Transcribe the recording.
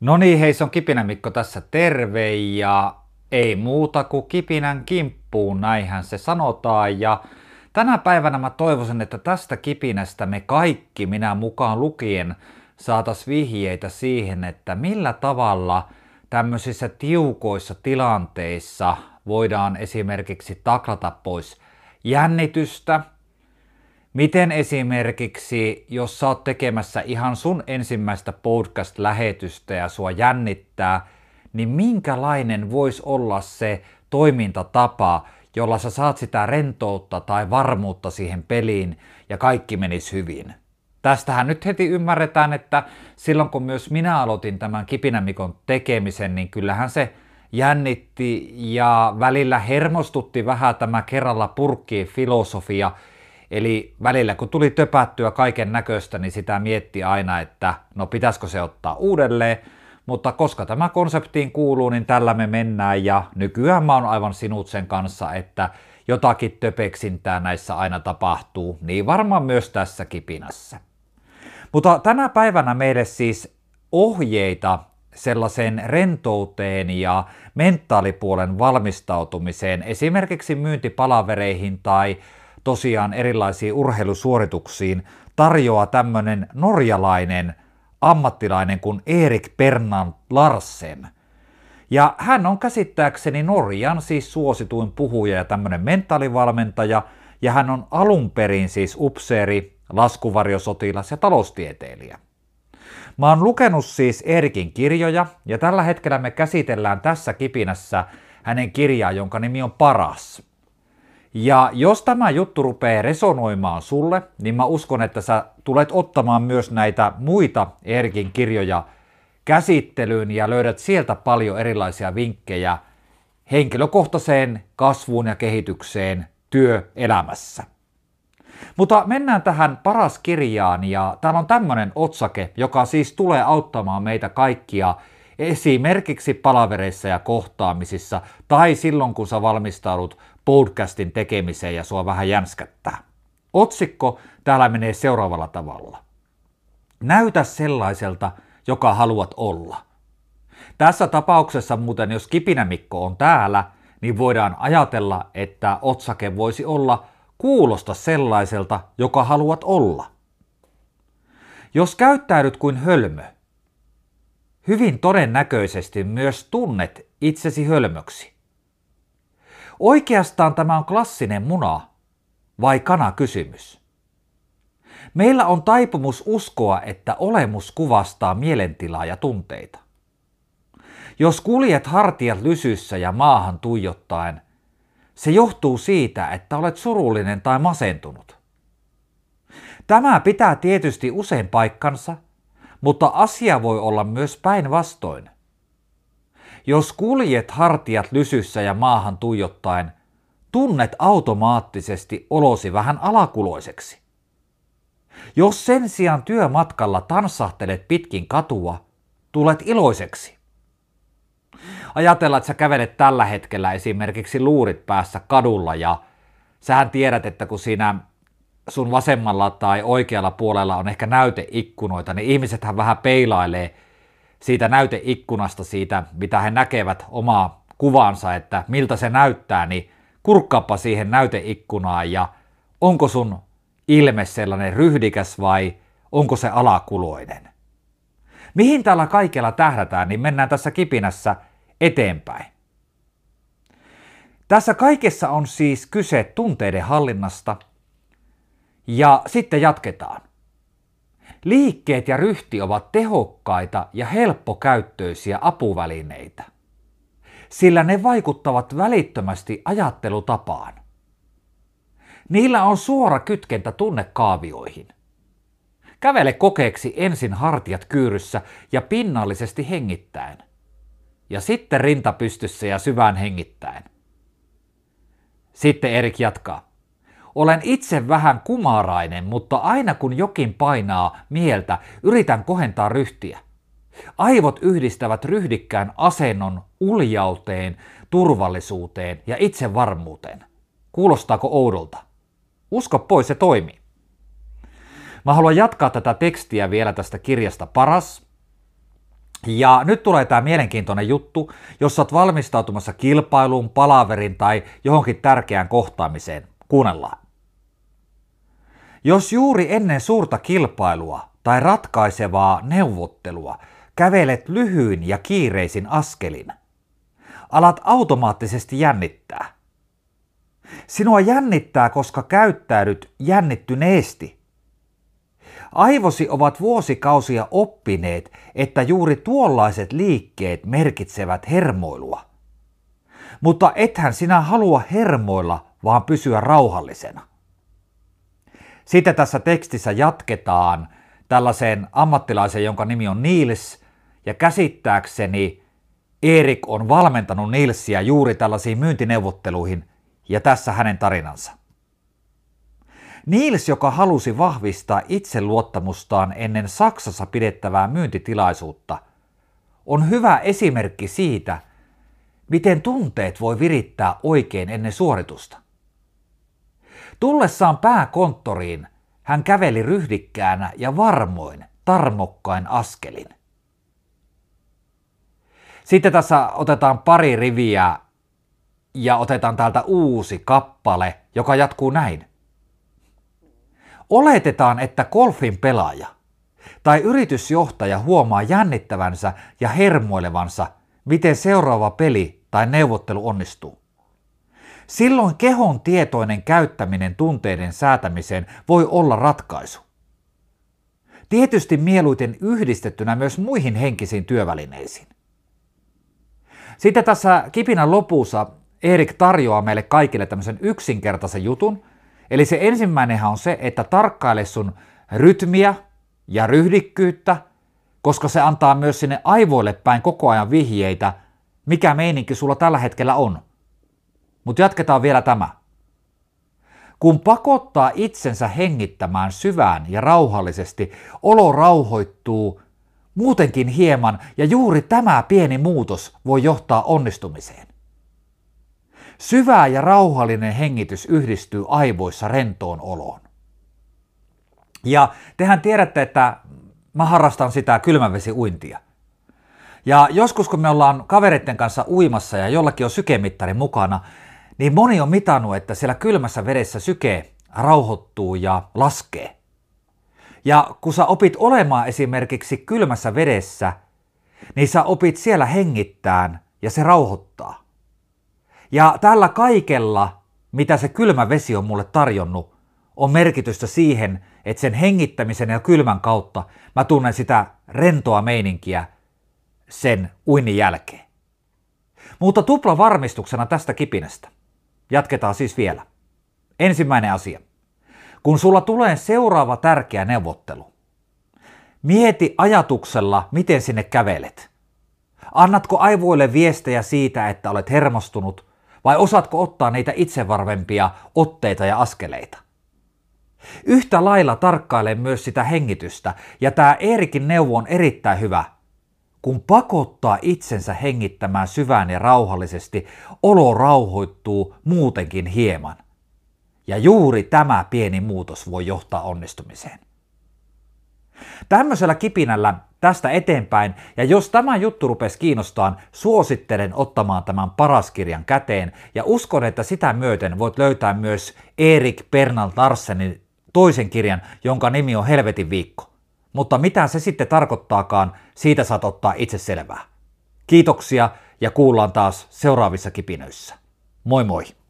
No niin, hei, se on Kipinän Mikko tässä terve ja ei muuta kuin kipinän kimppuun, näinhän se sanotaan. Ja tänä päivänä mä toivoisin, että tästä kipinästä me kaikki, minä mukaan lukien, saatais vihjeitä siihen, että millä tavalla tämmöisissä tiukoissa tilanteissa voidaan esimerkiksi taklata pois jännitystä. Miten esimerkiksi, jos sä oot tekemässä ihan sun ensimmäistä podcast-lähetystä ja sua jännittää, niin minkälainen voisi olla se toimintatapa, jolla sä saat sitä rentoutta tai varmuutta siihen peliin ja kaikki menisi hyvin. Tästähän nyt heti ymmärretään, että silloin kun myös minä aloitin tämän Kipinän Mikon tekemisen, niin kyllähän se jännitti ja välillä hermostutti vähän tämä kerralla purkkiin filosofia. Eli välillä kun tuli töpättyä kaiken näköistä, niin sitä mietti aina, että no pitäisikö se ottaa uudelleen. Mutta koska tämä konseptiin kuuluu, niin tällä me mennään ja nykyään mä oon aivan sinut sen kanssa, että jotakin töpeksintää näissä aina tapahtuu, niin varmaan myös tässä kipinässä. Mutta tänä päivänä meille siis ohjeita sellaiseen rentouteen ja mentaalipuolen valmistautumiseen, esimerkiksi myyntipalavereihin tai tosiaan erilaisiin urheilusuorituksiin, tarjoaa tämmöinen norjalainen ammattilainen kuin Erik Bernhard Larsen. Ja hän on käsittääkseni Norjan siis suosituin puhuja ja tämmöinen mentaalivalmentaja, ja hän on alun perin siis upseeri, laskuvarjosotilas ja taloustieteilijä. Mä oon lukenut siis Erikin kirjoja, ja tällä hetkellä me käsitellään tässä kipinässä hänen kirjaa, jonka nimi on Paras. Ja jos tämä juttu rupeaa resonoimaan sulle, niin mä uskon, että sä tulet ottamaan myös näitä muita Erikin kirjoja käsittelyyn ja löydät sieltä paljon erilaisia vinkkejä henkilökohtaiseen kasvuun ja kehitykseen työelämässä. Mutta mennään tähän Paras-kirjaan ja täällä on tämmöinen otsake, joka siis tulee auttamaan meitä kaikkia esimerkiksi palavereissa ja kohtaamisissa tai silloin kun sä valmistaudut podcastin tekemiseen ja sua vähän jänskättää. Otsikko täällä menee seuraavalla tavalla. Näytä sellaiselta, joka haluat olla. Tässä tapauksessa muuten, jos Kipinän Mikko on täällä, niin voidaan ajatella, että otsake voisi olla kuulosta sellaiselta, joka haluat olla. Jos käyttäydyt kuin hölmö, hyvin todennäköisesti myös tunnet itsesi hölmöksi. Oikeastaan tämä on klassinen muna- vai kana-kysymys. Meillä on taipumus uskoa, että olemus kuvastaa mielentilaa ja tunteita. Jos kuljet hartiat lysyssä ja maahan tuijottaen, se johtuu siitä, että olet surullinen tai masentunut. Tämä pitää tietysti usein paikkansa, mutta asia voi olla myös päinvastoin. Jos kuljet hartiat lysyssä ja maahan tuijottaen, tunnet automaattisesti olosi vähän alakuloiseksi. Jos sen sijaan työmatkalla tanssahtelet pitkin katua, tulet iloiseksi. Ajatella, että sä kävelet tällä hetkellä esimerkiksi luurit päässä kadulla ja sähän tiedät, että kun siinä sun vasemmalla tai oikealla puolella on ehkä näyteikkunoita, niin ihmisethän vähän peilailee siitä näyteikkunasta, siitä mitä he näkevät omaa kuvaansa, että miltä se näyttää, niin kurkkaappa siihen näyteikkunaan ja onko sun ilme sellainen ryhdikäs vai onko se alakuloinen. Mihin tällä kaikella tähdätään, niin mennään tässä kipinässä eteenpäin. Tässä kaikessa on siis kyse tunteiden hallinnasta ja sitten jatketaan. Liikkeet ja ryhti ovat tehokkaita ja helppokäyttöisiä apuvälineitä, sillä ne vaikuttavat välittömästi ajattelutapaan. Niillä on suora kytkentä tunnekaavioihin. Kävele kokeeksi ensin hartiat kyyryssä ja pinnallisesti hengittäen, ja sitten rinta pystyssä ja syvään hengittäen. Sitten Erik jatkaa. Olen itse vähän kumarainen, mutta aina kun jokin painaa mieltä, yritän kohentaa ryhtiä. Aivot yhdistävät ryhdikkään asennon uljauteen, turvallisuuteen ja itsevarmuuteen. Kuulostaako oudolta? Usko pois, se toimii. Mä haluan jatkaa tätä tekstiä vielä tästä kirjasta Paras. Ja nyt tulee tämä mielenkiintoinen juttu, jos olet valmistautumassa kilpailuun, palaverin tai johonkin tärkeään kohtaamiseen. Kuunnellaan. Jos juuri ennen suurta kilpailua tai ratkaisevaa neuvottelua kävelet lyhyin ja kiireisin askelin, alat automaattisesti jännittää. Sinua jännittää, koska käyttäydyt jännittyneesti. Aivosi ovat vuosikausia oppineet, että juuri tuollaiset liikkeet merkitsevät hermoilua. Mutta ethän sinä halua hermoilla, vaan pysyä rauhallisena. Sitten tässä tekstissä jatketaan tällaisen ammattilaisen, jonka nimi on Niels, ja käsittääkseni Erik on valmentanut Nielsia juuri tällaisiin myyntineuvotteluihin, ja tässä hänen tarinansa. Niels, joka halusi vahvistaa itseluottamustaan ennen Saksassa pidettävää myyntitilaisuutta, on hyvä esimerkki siitä, miten tunteet voi virittää oikein ennen suoritusta. Tullessaan pääkonttoriin hän käveli ryhdikkäänä ja varmoin, tarmokkain askelin. Sitten tässä otetaan pari riviä ja otetaan täältä uusi kappale, joka jatkuu näin. Oletetaan, että golfin pelaaja tai yritysjohtaja huomaa jännittävänsä ja hermoilevansa, miten seuraava peli tai neuvottelu onnistuu. Silloin kehon tietoinen käyttäminen tunteiden säätämiseen voi olla ratkaisu. Tietysti mieluiten yhdistettynä myös muihin henkisiin työvälineisiin. Sitten tässä kipinän lopussa Erik tarjoaa meille kaikille tämmöisen yksinkertaisen jutun. Eli se ensimmäinenhän on se, että tarkkaile sun rytmiä ja ryhdikkyyttä, koska se antaa myös sinne aivoille päin koko ajan vihjeitä, mikä meininki sulla tällä hetkellä on. Mutta jatketaan vielä tämä. Kun pakottaa itsensä hengittämään syvään ja rauhallisesti, olo rauhoittuu muutenkin hieman ja juuri tämä pieni muutos voi johtaa onnistumiseen. Syvä ja rauhallinen hengitys yhdistyy aivoissa rentoon oloon. Ja tehän tiedätte, että mä harrastan sitä kylmävesiuintia. Ja joskus kun me ollaan kavereiden kanssa uimassa ja jollakin on sykemittari mukana, niin moni on mitannut, että siellä kylmässä vedessä syke rauhoittuu ja laskee. Ja kun sä opit olemaan esimerkiksi kylmässä vedessä, niin sä opit siellä hengittään ja se rauhoittaa. Ja tällä kaikella, mitä se kylmä vesi on mulle tarjonnut, on merkitystä siihen, että sen hengittämisen ja kylmän kautta mä tunnen sitä rentoa meininkiä sen uinnin jälkeen. Mutta tupla varmistuksena tästä kipinästä. Jatketaan siis vielä. Ensimmäinen asia. Kun sulla tulee seuraava tärkeä neuvottelu, mieti ajatuksella, miten sinne kävelet. Annatko aivoille viestejä siitä, että olet hermostunut, vai osaatko ottaa niitä itsevarvempia otteita ja askeleita? Yhtä lailla tarkkaile myös sitä hengitystä, ja tämä Erikin neuvo on erittäin hyvä. Kun pakottaa itsensä hengittämään syvään ja rauhallisesti, olo rauhoittuu muutenkin hieman. Ja juuri tämä pieni muutos voi johtaa onnistumiseen. Tämmöisellä kipinällä tästä eteenpäin, ja jos tämä juttu rupesi kiinnostamaan, suosittelen ottamaan tämän Paras-kirjan käteen, ja uskon, että sitä myöten voit löytää myös Erik Bernhard Larsenin toisen kirjan, jonka nimi on Helvetin viikko. Mutta mitä se sitten tarkoittaakaan, siitä saat ottaa itse selvää. Kiitoksia ja kuullaan taas seuraavissa kipinöissä. Moi moi!